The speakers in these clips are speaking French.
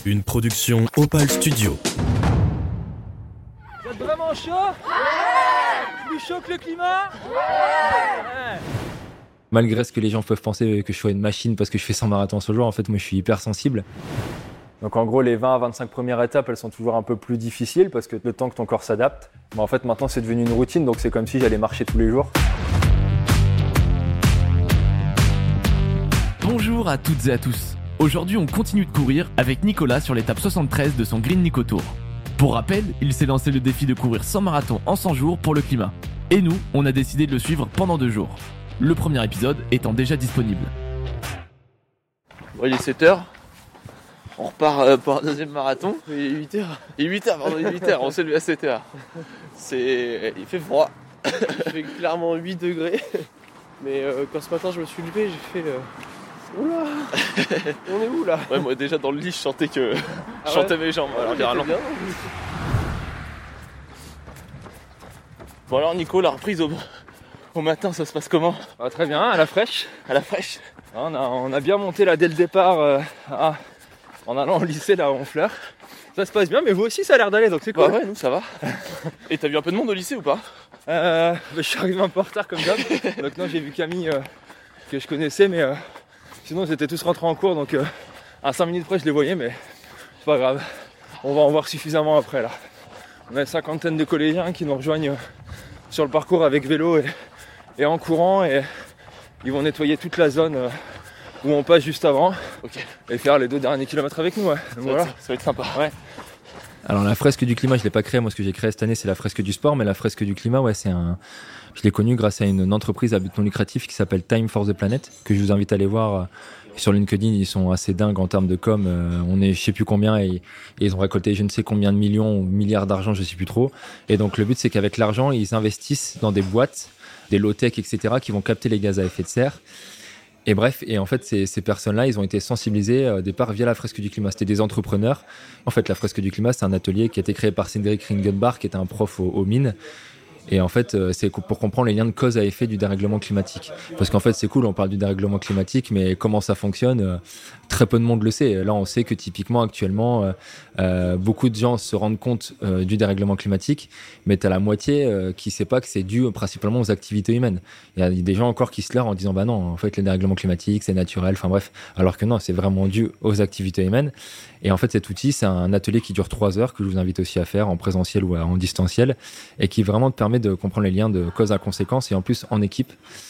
Une production Opal Studio. Vous êtes vraiment chaud ? Ouais ! Plus chaud que le climat ? Ouais ! Malgré ce que les gens peuvent penser que je sois une machine parce que je fais 100 marathons ce jour, en fait moi je suis hyper sensible. Donc en gros les 20 à 25 premières étapes elles sont toujours un peu plus difficiles parce que le temps que ton corps s'adapte. Mais en fait maintenant c'est devenu une routine donc c'est comme si j'allais marcher tous les jours. Bonjour à toutes et à tous. Aujourd'hui on continue de courir avec Nicolas sur l'étape 73 de son Green Nico Tour. Pour rappel, il s'est lancé le défi de courir 100 marathons en 100 jours pour le climat. Et nous, on a décidé de le suivre pendant 2 jours. Le premier épisode étant déjà disponible. Bon, il est 7h. On repart pour un deuxième marathon. Il est 8h. Il est 8h, pardon, il est 8h. On s'est levé à 7h. Il fait froid. Il fait clairement 8 degrés. Mais quand ce matin je me suis levé, j'ai fait oula. On est où là? Ouais, moi déjà dans le lit, je sentais que je sentais mes jambes. Alors, bien. Bon alors Nico, la reprise au matin, ça se passe comment? Très bien, à la fraîche. À la fraîche. On a bien monté là dès le départ en allant au lycée là à Honfleur. Ça se passe bien, mais vous aussi ça a l'air d'aller donc c'est cool. Bah ouais, nous ça va. Et t'as vu un peu de monde au lycée ou pas? Je suis arrivé un peu en retard comme d'hab. Donc non, j'ai vu Camille que je connaissais, mais sinon ils étaient tous rentrés en cours donc à 5 minutes près je les voyais, mais c'est pas grave. On va en voir suffisamment après là. On a une cinquantaine de collégiens qui nous rejoignent sur le parcours avec vélo et en courant, et ils vont nettoyer toute la zone où on passe juste avant. Ok. Et faire les 2 derniers kilomètres avec nous. Ouais. Donc, Ça va être sympa. Ouais. Alors la fresque du climat je l'ai pas créée, moi ce que j'ai créé cette année c'est la fresque du sport, mais la fresque du climat je l'ai connue grâce à une entreprise à but non lucratif qui s'appelle Time for the Planet, que je vous invite à aller voir sur LinkedIn. Ils sont assez dingues en termes de com, on est je sais plus combien et ils ont récolté je ne sais combien de millions ou milliards d'argent, je sais plus trop. Et donc le but c'est qu'avec l'argent ils investissent dans des boîtes, des low-tech etc. qui vont capter les gaz à effet de serre. Et bref, et en fait, ces personnes-là, ils ont été sensibilisés au départ via la fresque du climat. C'était des entrepreneurs. En fait, la fresque du climat, c'est un atelier qui a été créé par Cédric Ringenbach, qui était un prof aux mines. Et en fait, c'est pour comprendre les liens de cause à effet du dérèglement climatique. Parce qu'en fait, c'est cool, on parle du dérèglement climatique, mais comment ça fonctionne, très peu de monde le sait. Là, on sait que typiquement, actuellement, beaucoup de gens se rendent compte du dérèglement climatique, mais t'as la moitié qui sait pas que c'est dû principalement aux activités humaines. Il y a des gens encore qui se leurrent en disant bah non, en fait, le dérèglement climatique, c'est naturel, enfin bref. Alors que non, c'est vraiment dû aux activités humaines. Et en fait, cet outil, c'est un atelier qui dure 3 heures, que je vous invite aussi à faire en présentiel ou en distanciel, et qui vraiment te permet de comprendre les liens de cause à conséquence, et en plus en équipe.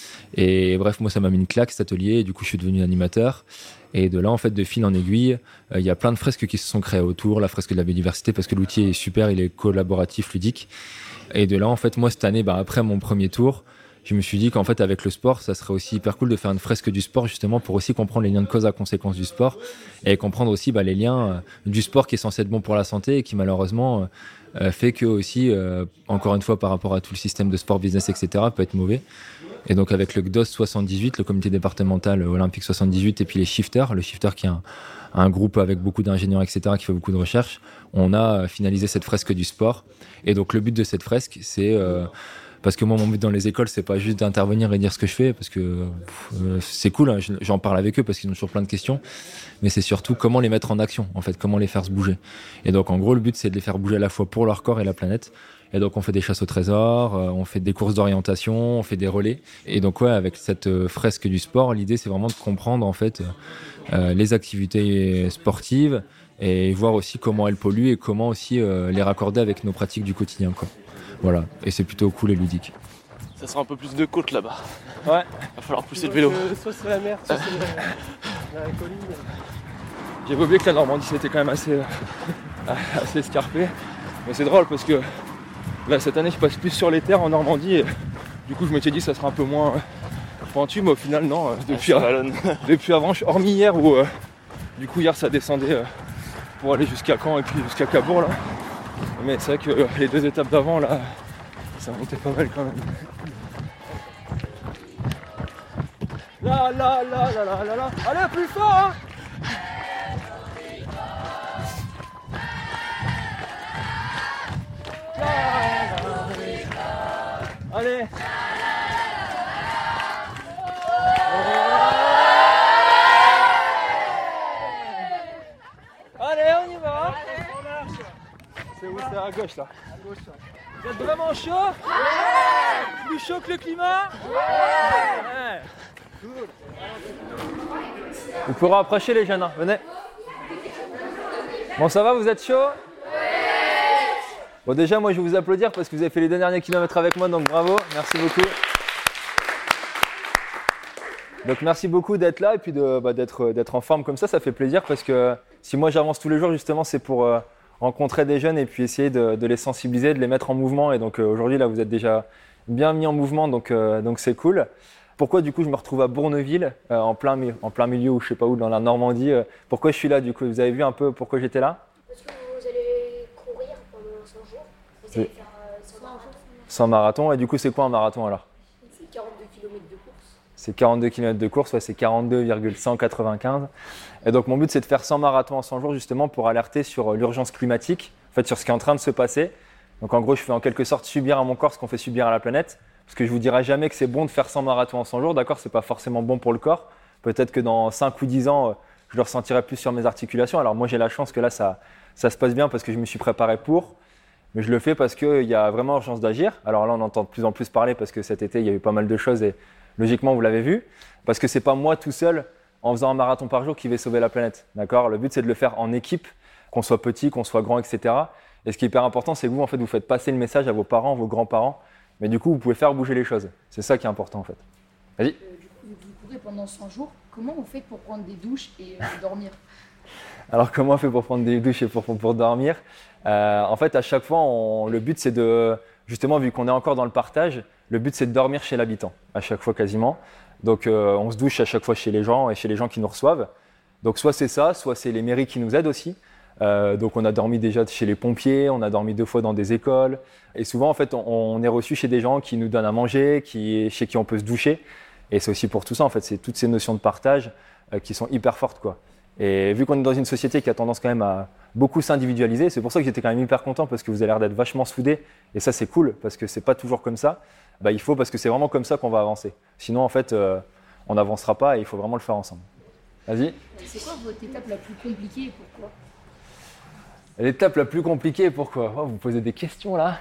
Et bref, moi ça m'a mis une claque cet atelier, et du coup je suis devenu animateur. Et de là, en fait, de fil en aiguille, il y a plein de fresques qui se sont créées autour, la fresque de la biodiversité, parce que l'outil est super, il est collaboratif, ludique. Et de là, en fait, moi cette année, après mon premier tour, je me suis dit qu'en fait, avec le sport, ça serait aussi hyper cool de faire une fresque du sport, justement, pour aussi comprendre les liens de cause à conséquence du sport, et comprendre aussi les liens du sport qui est censé être bon pour la santé, et qui malheureusement fait que aussi, encore une fois, par rapport à tout le système de sport business, etc., peut être mauvais. Et donc avec le CDOS 78, le comité départemental olympique 78, et puis les shifters, le shifter qui est un groupe avec beaucoup d'ingénieurs, etc., qui fait beaucoup de recherches, on a finalisé cette fresque du sport. Et donc le but de cette fresque, c'est... parce que moi, mon but dans les écoles, c'est pas juste d'intervenir et dire ce que je fais, parce que c'est cool, hein, j'en parle avec eux parce qu'ils ont toujours plein de questions, mais c'est surtout comment les mettre en action, en fait, comment les faire se bouger. Et donc, en gros, le but, c'est de les faire bouger à la fois pour leur corps et la planète. Et donc, on fait des chasses au trésor, on fait des courses d'orientation, on fait des relais. Et donc, ouais, avec cette fresque du sport, l'idée, c'est vraiment de comprendre, en fait, les activités sportives et voir aussi comment elles polluent et comment aussi les raccorder avec nos pratiques du quotidien, quoi. Voilà, et c'est plutôt cool et ludique. Ça sera un peu plus de côte là-bas. Ouais. Va falloir pousser le vélo. Soit c'est la mer, soit c'est la colline. J'ai oublié que la Normandie c'était quand même assez escarpé. Mais c'est drôle parce que là cette année je passe plus sur les terres en Normandie, et du coup je m'étais dit ça sera un peu moins pentu, mais au final non. Depuis avant, hormis hier où du coup hier ça descendait pour aller jusqu'à Caen et puis jusqu'à Cabourg là. Mais c'est vrai que les 2 étapes d'avant là, ça montait pas mal quand même. Là, allez plus fort hein. Allez. Allez, on y va. C'est où? C'est à gauche là. Vous êtes vraiment chaud? Plus chaud que le climat? Vous pourrez approcher les jeunes, hein. Venez. Bon, ça va, vous êtes chaud? Bon, déjà, moi je vais vous applaudir parce que vous avez fait les 2 derniers kilomètres avec moi, donc bravo, merci beaucoup. Donc merci beaucoup d'être là et puis d'être en forme comme ça fait plaisir parce que si moi j'avance tous les jours justement c'est pour rencontrer des jeunes et puis essayer de les sensibiliser, de les mettre en mouvement et donc aujourd'hui là vous êtes déjà bien mis en mouvement donc c'est cool. Pourquoi du coup je me retrouve à Bourneville en plein milieu ou je sais pas où dans la Normandie, pourquoi je suis là du coup? Vous avez vu un peu pourquoi j'étais là? Parce que vous allez courir pendant 100 jours, vous allez faire 100 marathons. 100 marathons et du coup c'est quoi un marathon alors? C'est 42 km de course. C'est 42 km de course, ouais, c'est 42,195. Et donc mon but c'est de faire 100 marathons en 100 jours justement pour alerter sur l'urgence climatique, en fait sur ce qui est en train de se passer. Donc en gros je fais en quelque sorte subir à mon corps ce qu'on fait subir à la planète. Parce que je vous dirai jamais que c'est bon de faire 100 marathons en 100 jours, d'accord, c'est pas forcément bon pour le corps. Peut-être que dans 5 ou 10 ans, je le ressentirai plus sur mes articulations. Alors moi j'ai la chance que là ça se passe bien parce que je me suis préparé pour. Mais je le fais parce qu'il y a vraiment urgence d'agir. Alors là on entend de plus en plus parler parce que cet été il y a eu pas mal de choses et logiquement vous l'avez vu. Parce que c'est pas moi tout seul en faisant un marathon par jour qui vais sauver la planète, d'accord. Le but c'est de le faire en équipe, qu'on soit petit, qu'on soit grand, etc. Et ce qui est hyper important c'est que vous en fait vous faites passer le message à vos parents, vos grands-parents. Mais du coup, vous pouvez faire bouger les choses. C'est ça qui est important en fait. Vas-y. Du coup, vous courez pendant 100 jours. Comment vous faites pour prendre des douches et dormir? Alors, comment on fait pour prendre des douches et pour dormir? En fait, à chaque fois, le but c'est de, justement, vu qu'on est encore dans le partage, le but c'est de dormir chez l'habitant, à chaque fois quasiment. Donc, on se douche à chaque fois chez les gens et chez les gens qui nous reçoivent. Donc, soit c'est ça, soit c'est les mairies qui nous aident aussi. Donc on a dormi déjà chez les pompiers, on a dormi 2 fois dans des écoles et souvent en fait on est reçu chez des gens qui nous donnent à manger, chez qui on peut se doucher et c'est aussi pour tout ça en fait, c'est toutes ces notions de partage qui sont hyper fortes quoi. Et vu qu'on est dans une société qui a tendance quand même à beaucoup s'individualiser, c'est pour ça que j'étais quand même hyper content parce que vous avez l'air d'être vachement soudés et ça c'est cool parce que c'est pas toujours comme ça. Il faut parce que c'est vraiment comme ça qu'on va avancer. Sinon en fait on n'avancera pas et il faut vraiment le faire ensemble. Vas-y. C'est quoi votre étape la plus compliquée et pourquoi? L'étape la plus compliquée, pourquoi? Vous me posez des questions là.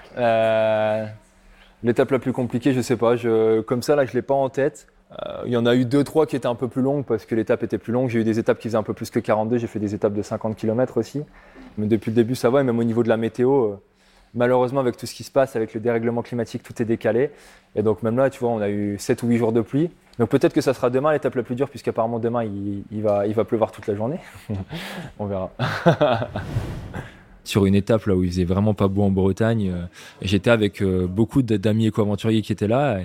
L'étape la plus compliquée, je sais pas. Comme ça, là, je l'ai pas en tête. Il y en a eu 2-3 qui étaient un peu plus longues parce que l'étape était plus longue. J'ai eu des étapes qui faisaient un peu plus que 42. J'ai fait des étapes de 50 km aussi. Mais depuis le début, ça va. Et même au niveau de la météo, malheureusement, avec tout ce qui se passe, avec le dérèglement climatique, tout est décalé. Et donc même là, tu vois, on a eu 7 ou 8 jours de pluie. Donc peut-être que ça sera demain l'étape la plus dure puisqu'apparemment demain, il va pleuvoir toute la journée. On verra. Sur une étape là où il faisait vraiment pas beau en Bretagne, j'étais avec beaucoup d'amis éco-aventuriers qui étaient là.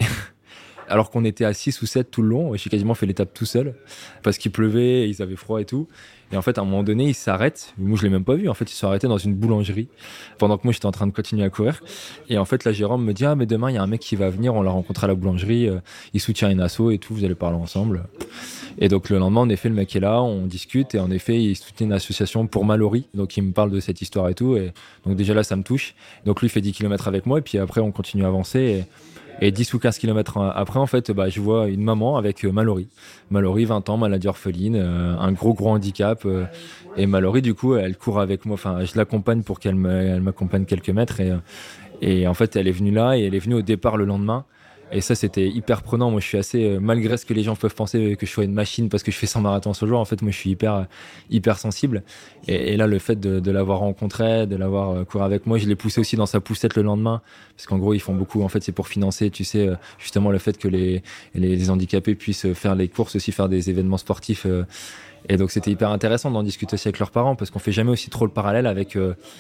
Alors qu'on était à 6 ou 7 tout le long, j'ai quasiment fait l'étape tout seul parce qu'il pleuvait, ils avaient froid et tout. Et en fait, à un moment donné, ils s'arrêtent. Moi, je l'ai même pas vu. En fait, ils se sont arrêtés dans une boulangerie pendant que moi, j'étais en train de continuer à courir. Et en fait, là, Jérôme me dit « Ah, mais demain, il y a un mec qui va venir. On l'a rencontré à la boulangerie. Il soutient une asso et tout. Vous allez parler ensemble. » Et donc, le lendemain, en effet, le mec est là. On discute. Et en effet, il soutient une association pour Mallory. Donc, il me parle de cette histoire et tout. Et donc, déjà là, ça me touche. Donc, lui fait 10 km avec moi. Et puis après, on continue à avancer. Et 10 ou 15 km après, en fait, je vois une maman avec Mallory. Mallory, 20 ans, maladie orpheline, un gros handicap. Et Mallory, du coup, elle court avec moi. Enfin, je l'accompagne pour qu'elle m'accompagne quelques mètres. Et en fait, elle est venue là et elle est venue au départ le lendemain. Et ça, c'était hyper prenant. Moi, je suis assez, malgré ce que les gens peuvent penser que je sois une machine parce que je fais 100 marathons ce jour, en fait, moi, je suis hyper sensible. Et là, le fait de l'avoir rencontré, de l'avoir couru avec moi, je l'ai poussé aussi dans sa poussette le lendemain. Parce qu'en gros, ils font beaucoup, en fait, c'est pour financer, tu sais, justement, le fait que les handicapés puissent faire les courses, aussi faire des événements sportifs. Et donc, c'était hyper intéressant d'en discuter aussi avec leurs parents parce qu'on fait jamais aussi trop le parallèle avec,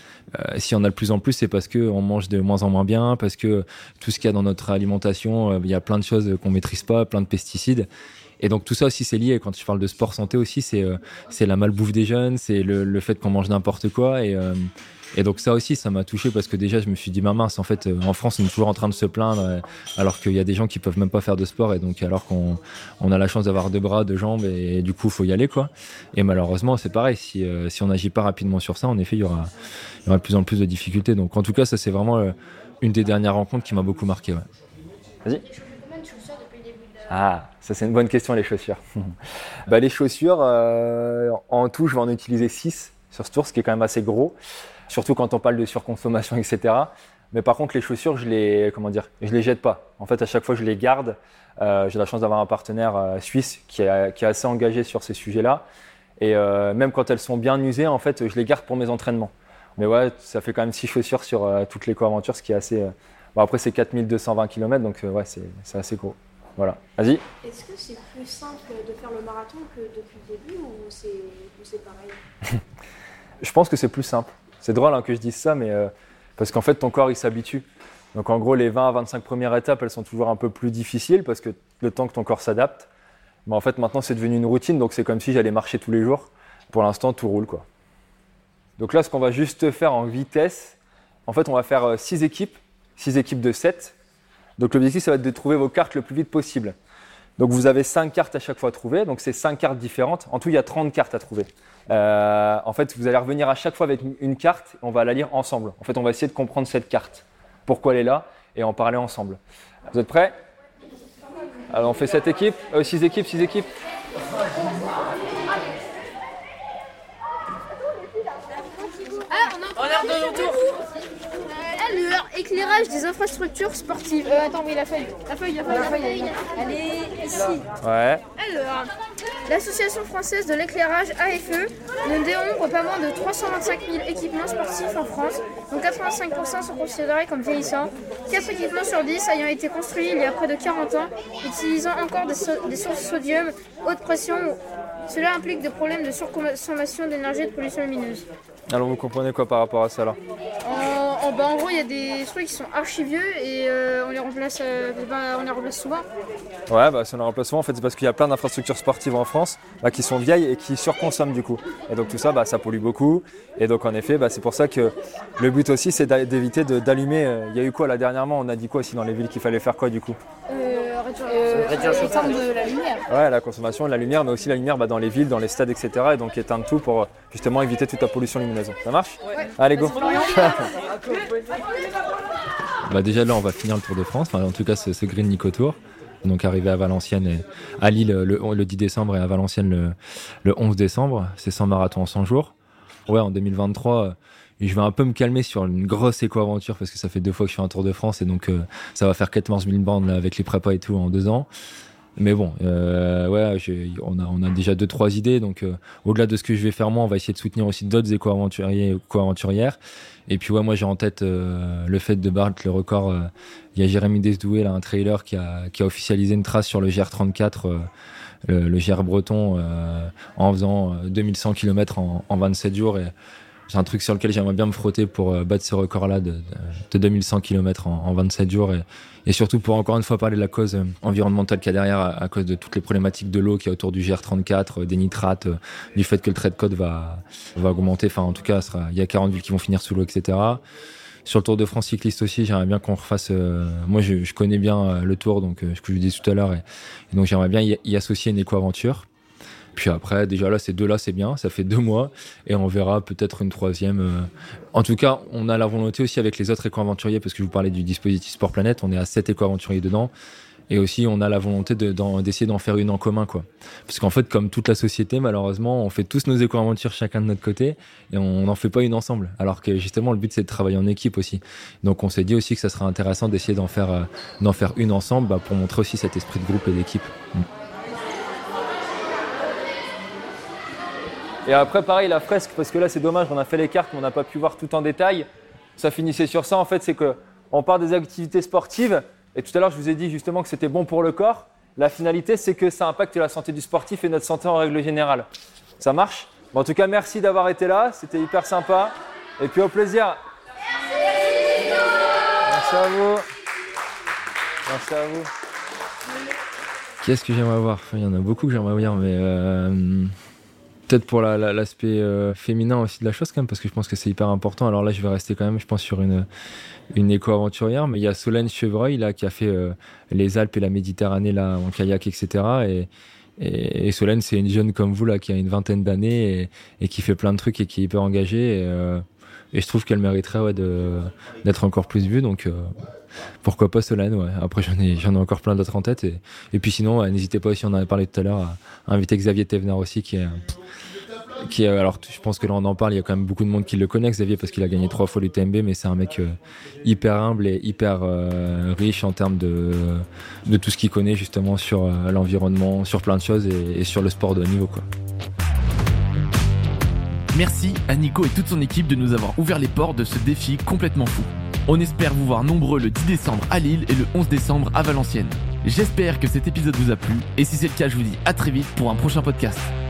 si on a de plus en plus, c'est parce qu'on mange de moins en moins bien, parce que tout ce qu'il y a dans notre alimentation, il y a plein de choses qu'on maîtrise pas, plein de pesticides. Et donc tout ça aussi c'est lié. Quand je parle de sport santé aussi, c'est la malbouffe des jeunes, c'est le fait qu'on mange n'importe quoi. Et donc ça aussi, ça m'a touché parce que déjà je me suis dit mince, en fait en France on est toujours en train de se plaindre alors qu'il y a des gens qui peuvent même pas faire de sport et donc alors qu'on a la chance d'avoir 2 bras, 2 jambes et du coup il faut y aller quoi. Et malheureusement c'est pareil, si on n'agit pas rapidement sur ça, en effet il y aura de plus en plus de difficultés. Donc en tout cas ça c'est vraiment une des dernières rencontres qui m'a beaucoup marqué. Ouais. Vas-y. Combien de chaussures depuis le début de... Ah, ça c'est une bonne question les chaussures. Les chaussures, en tout je vais en utiliser 6. sur ce tour, ce qui est quand même assez gros, surtout quand on parle de surconsommation, etc. Mais par contre, les chaussures, je les jette pas. En fait, à chaque fois, je les garde. J'ai la chance d'avoir un partenaire suisse qui est assez engagé sur ces sujets-là. Et même quand elles sont bien usées, en fait, je les garde pour mes entraînements. Mais ouais, ça fait quand même 6 chaussures sur toute l'éco-aventure, ce qui est assez... Bon, après, c'est 4220 km, donc ouais, c'est assez gros. Voilà, vas-y. Est-ce que c'est plus simple de faire le marathon que depuis le début ou c'est pareil? Je pense que c'est plus simple. C'est drôle que je dise ça, mais parce qu'en fait, ton corps, il s'habitue. Donc en gros, les 20 à 25 premières étapes, elles sont toujours un peu plus difficiles parce que le temps que ton corps s'adapte. Mais en fait, maintenant, c'est devenu une routine, donc c'est comme si j'allais marcher tous les jours. Pour l'instant, tout roule, quoi. Donc là, ce qu'on va juste faire en vitesse, en fait, on va faire 6 équipes de 7. Donc l'objectif, ça va être de trouver vos cartes le plus vite possible. Donc vous avez 5 cartes à chaque fois à trouver, donc c'est 5 cartes différentes. En tout, il y a 30 cartes à trouver. En fait, vous allez revenir à chaque fois avec une carte, on va la lire ensemble. En fait, on va essayer de comprendre cette carte, pourquoi elle est là, et en parler ensemble. Vous êtes prêts? Alors on fait 6 équipes. On est de retour. Alors, éclairage des infrastructures sportives. Attends, oui, la feuille. Elle est ici. Ouais. Alors, l'association française de l'éclairage AFE ne dénombre pas moins de 325 000 équipements sportifs en France, dont 85% sont considérés comme vieillissants. 4 équipements sur 10 ayant été construits il y a près de 40 ans, utilisant encore des sources sodium, haute pression. Cela implique des problèmes de surconsommation d'énergie et de pollution lumineuse. Alors vous comprenez quoi par rapport à ça là? En gros, il y a des trucs qui sont archi vieux et on les remplace souvent. Ouais, si on les remplace souvent, en fait, c'est parce qu'il y a plein d'infrastructures sportives en France qui sont vieilles et qui surconsomment du coup. Et donc tout ça, ça pollue beaucoup. Et donc en effet, c'est pour ça que le but aussi, c'est d'éviter d'allumer. Il y a eu quoi là dernièrement? On a dit quoi aussi dans les villes qu'il fallait faire quoi du coup? Éteindre de la lumière. Ouais, la consommation de la lumière, mais aussi la lumière dans les villes, dans les stades, etc. Et donc éteindre tout pour justement éviter toute la pollution lumineuse. Ça marche? Ouais. Allez, go. Déjà là, on va finir le Tour de France, enfin, en tout cas ce Green Nico Tour. Donc arrivé à Valenciennes, et à Lille le 10 décembre et à Valenciennes le 11 décembre. C'est 100 marathons en 100 jours. Ouais, en 2023, je vais un peu me calmer sur une grosse éco-aventure parce que ça fait 2 fois que je fais un Tour de France et donc ça va faire 14 000 bornes là, avec les prépas et tout en 2 ans. Mais bon, on a déjà 2-3 idées. Donc au-delà de ce que je vais faire moi, on va essayer de soutenir aussi d'autres éco-aventurières. Et puis moi j'ai en tête le fait de battre le record. Il y a Jérémy Desdoué, là, un trailer qui a officialisé une trace sur le GR34, le GR breton, en faisant 2100 km en 27 jours. Et c'est un truc sur lequel j'aimerais bien me frotter pour battre ce record-là de 2100 km en 27 jours. Et surtout pour encore une fois parler de la cause environnementale qu'il y a derrière à cause de toutes les problématiques de l'eau qu'il y a autour du GR34, des nitrates, du fait que le trait de côte va augmenter. Enfin, en tout cas, il y a 40 villes qui vont finir sous l'eau, etc. Sur le Tour de France cycliste aussi, j'aimerais bien qu'on refasse... moi, je connais bien le Tour, donc ce que je vous disais tout à l'heure. Et donc, j'aimerais bien y associer une éco-aventure. Puis après, déjà là, ces 2-là, c'est bien, ça fait 2 mois, et on verra peut-être une 3e. En tout cas, on a la volonté aussi avec les autres éco-aventuriers, parce que je vous parlais du dispositif Sport Planète, on est à 7 éco-aventuriers dedans, et aussi on a la volonté d'essayer d'en faire une en commun, quoi. Parce qu'en fait, comme toute la société, malheureusement, on fait tous nos éco-aventures chacun de notre côté, et on n'en fait pas une ensemble. Alors que justement, le but, c'est de travailler en équipe aussi. Donc on s'est dit aussi que ça serait intéressant d'essayer d'en faire une ensemble, pour montrer aussi cet esprit de groupe et d'équipe. Et après, pareil, la fresque, parce que là, c'est dommage, on a fait les cartes, mais on n'a pas pu voir tout en détail. Ça finissait sur ça, en fait, c'est qu'on part des activités sportives. Et tout à l'heure, je vous ai dit justement que c'était bon pour le corps. La finalité, c'est que ça impacte la santé du sportif et notre santé en règle générale. Ça marche? En tout cas, merci d'avoir été là, c'était hyper sympa. Et puis au plaisir. Merci à vous. Merci à vous. Qu'est-ce que j'aimerais voir? Il y en a beaucoup que j'aimerais voir, mais... Peut-être pour l'aspect féminin aussi de la chose quand même, parce que je pense que c'est hyper important. Alors là, je vais rester quand même, je pense, sur une éco-aventurière, mais il y a Solène Chevreuil là, qui a fait les Alpes et la Méditerranée là, en kayak, etc. Et Solène, c'est une jeune comme vous là, qui a une 20aine d'années et qui fait plein de trucs et qui est hyper engagée. Et je trouve qu'elle mériterait d'être encore plus vue. Donc pourquoi pas Solène, ouais. Après, j'en ai encore plein d'autres en tête. Et puis sinon, n'hésitez pas, si on en avait parlé tout à l'heure, à inviter Xavier Thévenard aussi, qui est alors je pense que là on en parle, il y a quand même beaucoup de monde qui le connaît, Xavier, parce qu'il a gagné 3 fois l'UTMB, mais c'est un mec hyper humble et hyper riche en termes de tout ce qu'il connaît justement sur l'environnement, sur plein de choses et sur le sport de haut niveau, quoi. Merci à Nico et toute son équipe de nous avoir ouvert les portes de ce défi complètement fou. On espère vous voir nombreux le 10 décembre à Lille et le 11 décembre à Valenciennes. J'espère que cet épisode vous a plu et si c'est le cas, je vous dis à très vite pour un prochain podcast.